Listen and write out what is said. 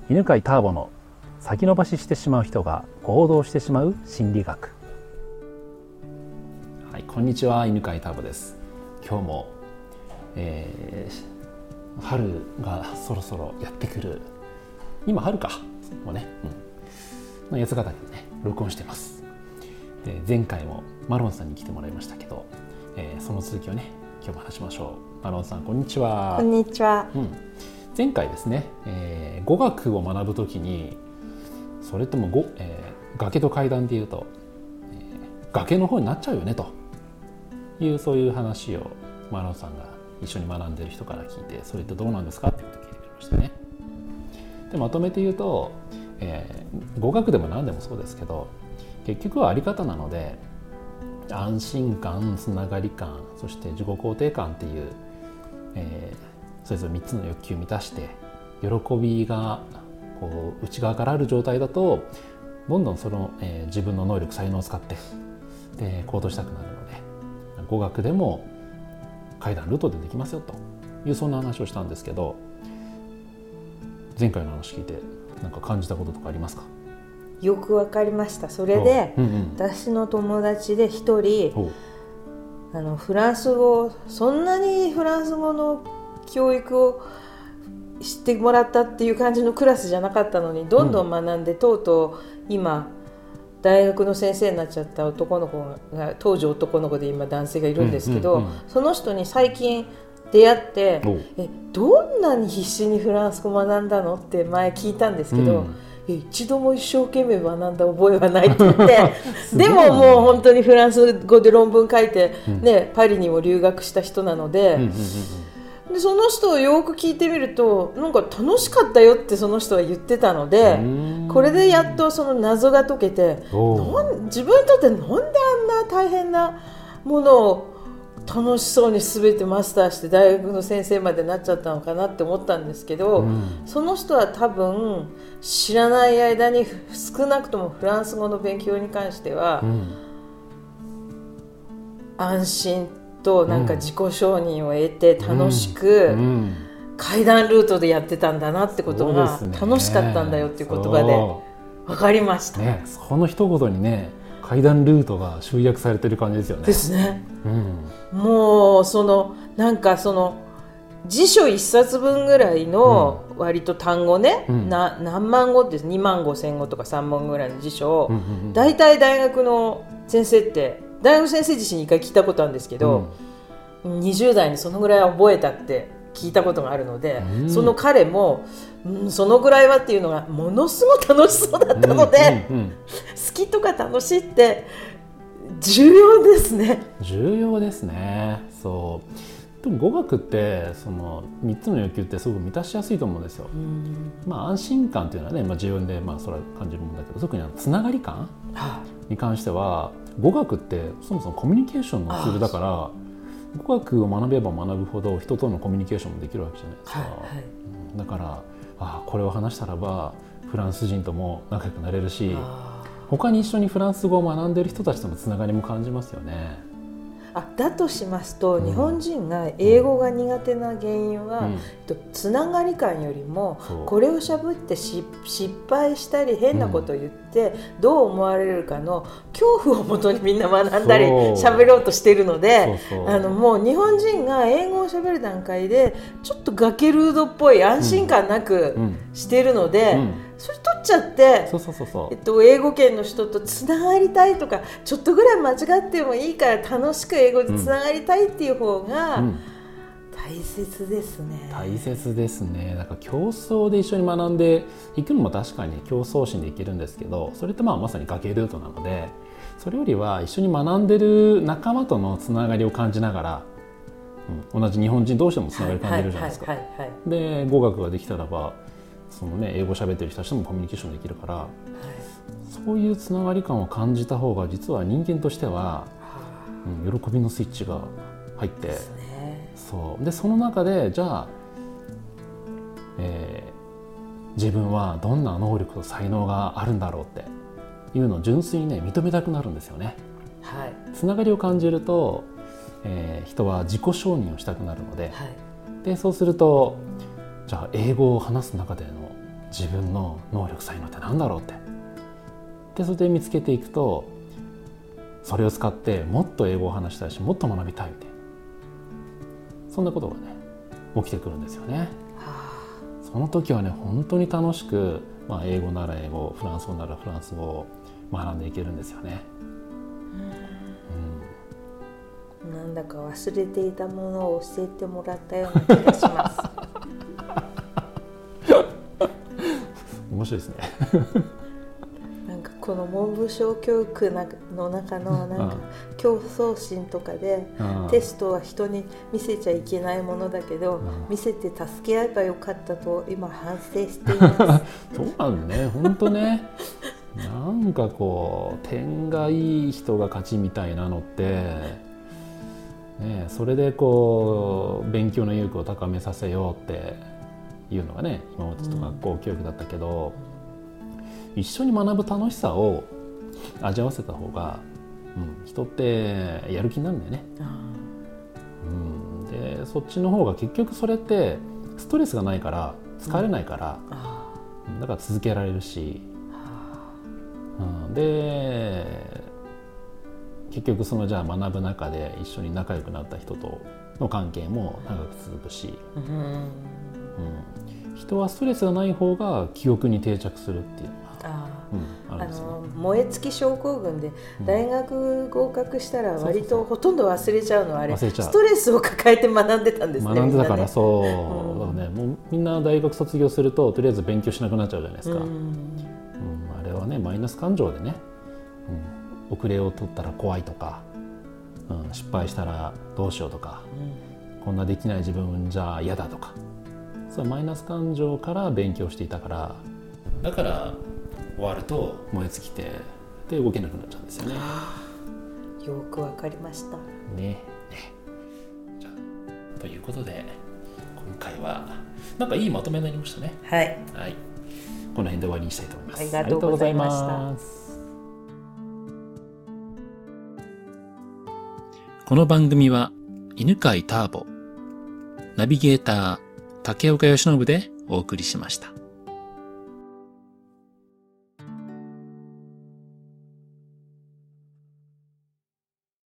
犬飼ターボの先延ばししてしまう人が行動してしまう心理学。はい、こんにちは、犬飼ターボです。今日も、春がそろそろやってくる。今春かもうね、の八ヶ岳でね録音してます。で、前回もマロンさんに来てもらいましたけど、その続きをね今日も話しましょう。マロンさん、こんにちは。 こんにちは。 前回ですね、語学を学ぶときに、それとも崖と階段でいうと、崖の方になっちゃうよねというそういう話をマロンさんが一緒に学んでいる人から聞いて、それってどうなんですかってことを聞いてくれましたね。で、まとめて言うと、語学でも何でもそうですけど、結局はあり方なので、安心感、つながり感、そして自己肯定感っていう、それぞれ3つの欲求を満たして喜びがこう内側からある状態だと、どんどんその、自分の能力才能を使ってで行動したくなるので、語学でも階段ルートでできますよというそんな話をしたんですけど、前回の話聞いて何か感じたこととかありますか？ よくわかりました。それで、私の友達で一人フランス語、そんなにフランス語の教育を知ってもらったっていう感じのクラスじゃなかったのに、どんどん学んで、とうとう今大学の先生になっちゃった男の子が、当時男の子で今男性がいるんですけど、その人に最近出会って、どんなに必死にフランス語を学んだのって前聞いたんですけど、一度も一生懸命学んだ覚えはないって言ってでももう本当にフランス語で論文書いて、パリにも留学した人なので、でその人をよく聞いてみると、なんか楽しかったよってその人は言ってたので、これでやっとその謎が解けて、自分にとってなんであんな大変なものを楽しそうに全てマスターして大学の先生までなっちゃったのかなって思ったんですけど、その人は多分知らない間に少なくともフランス語の勉強に関しては、安心となんか自己承認を得て楽しく階段ルートでやってたんだなってことが、楽しかったんだよっていう言葉で分かりました、 その一言にね、階段ルートが集約されてる感じですよね。 ですね、もうなんか辞書1冊分ぐらいの割と単語ね、何万語です2万5千語とか3万ぐらいの辞書を、大体大学の先生って大学先生自身に1回聞いたことあるんですけど、20代にそのぐらいは覚えたって聞いたことがあるので、その彼も、そのぐらいはっていうのがものすごく楽しそうだったので、好きとか楽しいって重要ですね。 重要ですね。そうでも語学ってその3つの欲求ってすごく満たしやすいと思うんですよ。安心感っていうのはね、自分でそれは感じるものだけど、特につながり感に関しては、語学ってそもそもコミュニケーションのツールだから、語学を学べば学ぶほど人とのコミュニケーションもできるわけじゃないですか。だからこれを話したらばフランス人とも仲良くなれるし、他に一緒にフランス語を学んでいる人たちとのつながりも感じますよね。 だとしますと、日本人が英語が苦手な原因は、つながり感よりも、これをしゃべって失敗したり変なことを言ってどう思われるかの恐怖をもとにみんな学んだりしゃべろうとしているので、もう日本人が英語をしゃべる段階でちょっと崖ルードっぽい安心感なくしているので、それ取っちゃって、英語圏の人とつながりたいとか、ちょっとぐらい間違ってもいいから楽しく英語でつながりたいっていう方が大切ですね。 大切ですね。だから競争で一緒に学んでいくのも確かに競争心でいけるんですけど、それってまさに崖ルートなので、それよりは一緒に学んでる仲間とのつながりを感じながら、同じ日本人同士でもつながりを感じるじゃないですか。で、語学ができたらば英語を喋ってる人たちともコミュニケーションできるから、そういうつながり感を感じた方が実は人間としては、喜びのスイッチが入って、その中でじゃあ、自分はどんな能力と才能があるんだろうっていうのを純粋にね認めたくなるんですよね。つながりを感じると、人は自己承認をしたくなるので、でそうするとじゃあ英語を話す中での自分の能力才能って何だろうって。でそれで見つけていくと、それを使ってもっと英語を話したいし、もっと学びたいみたいな、そんなことがね起きてくるんですよね。その時はね本当に楽しく、英語なら英語、フランス語ならフランス語を学んでいけるんですよね。 なんだか忘れていたものを教えてもらったような気がします面白いですねなんかこの文部省教育の中のなんか競争心とかで、テストは人に見せちゃいけないものだけど、見せて助け合えばよかったと今反省していますそうなんだね、本当ねなんかこう点がいい人が勝ちみたいなのってね、それでこう勉強の意欲を高めさせようっていうのがね今までと学校教育だったけど、一緒に学ぶ楽しさを味わわせた方が、人ってやる気になるんだよね。でそっちの方が結局それってストレスがないから疲れないから、だから続けられるし、で結局そのじゃあ学ぶ中で一緒に仲良くなった人との関係も長く続くし、人はストレスがない方が記憶に定着するっていうのがあるんですね。 燃え尽き症候群で大学合格したら割とほとんど忘れちゃうのはあれストレスを抱えて学んでたんですね。 学んでたからそうだね、もうみんな大学卒業するととりあえず勉強しなくなっちゃうじゃないですか。あれはねマイナス感情でね、遅れを取ったら怖いとか、失敗したらどうしようとか、こんなできない自分じゃ嫌だとか、そういうマイナス感情から勉強していたから、だから終わると燃え尽きてで動けなくなっちゃうんですよね。 よくわかりましたね。じゃあということで今回はなんかいいまとめになりましたね。 はい、 この辺で終わりにしたいと思います。 ありがとうございました。 この番組は犬飼ターボ、ナビゲーター竹岡由伸でお送りしました。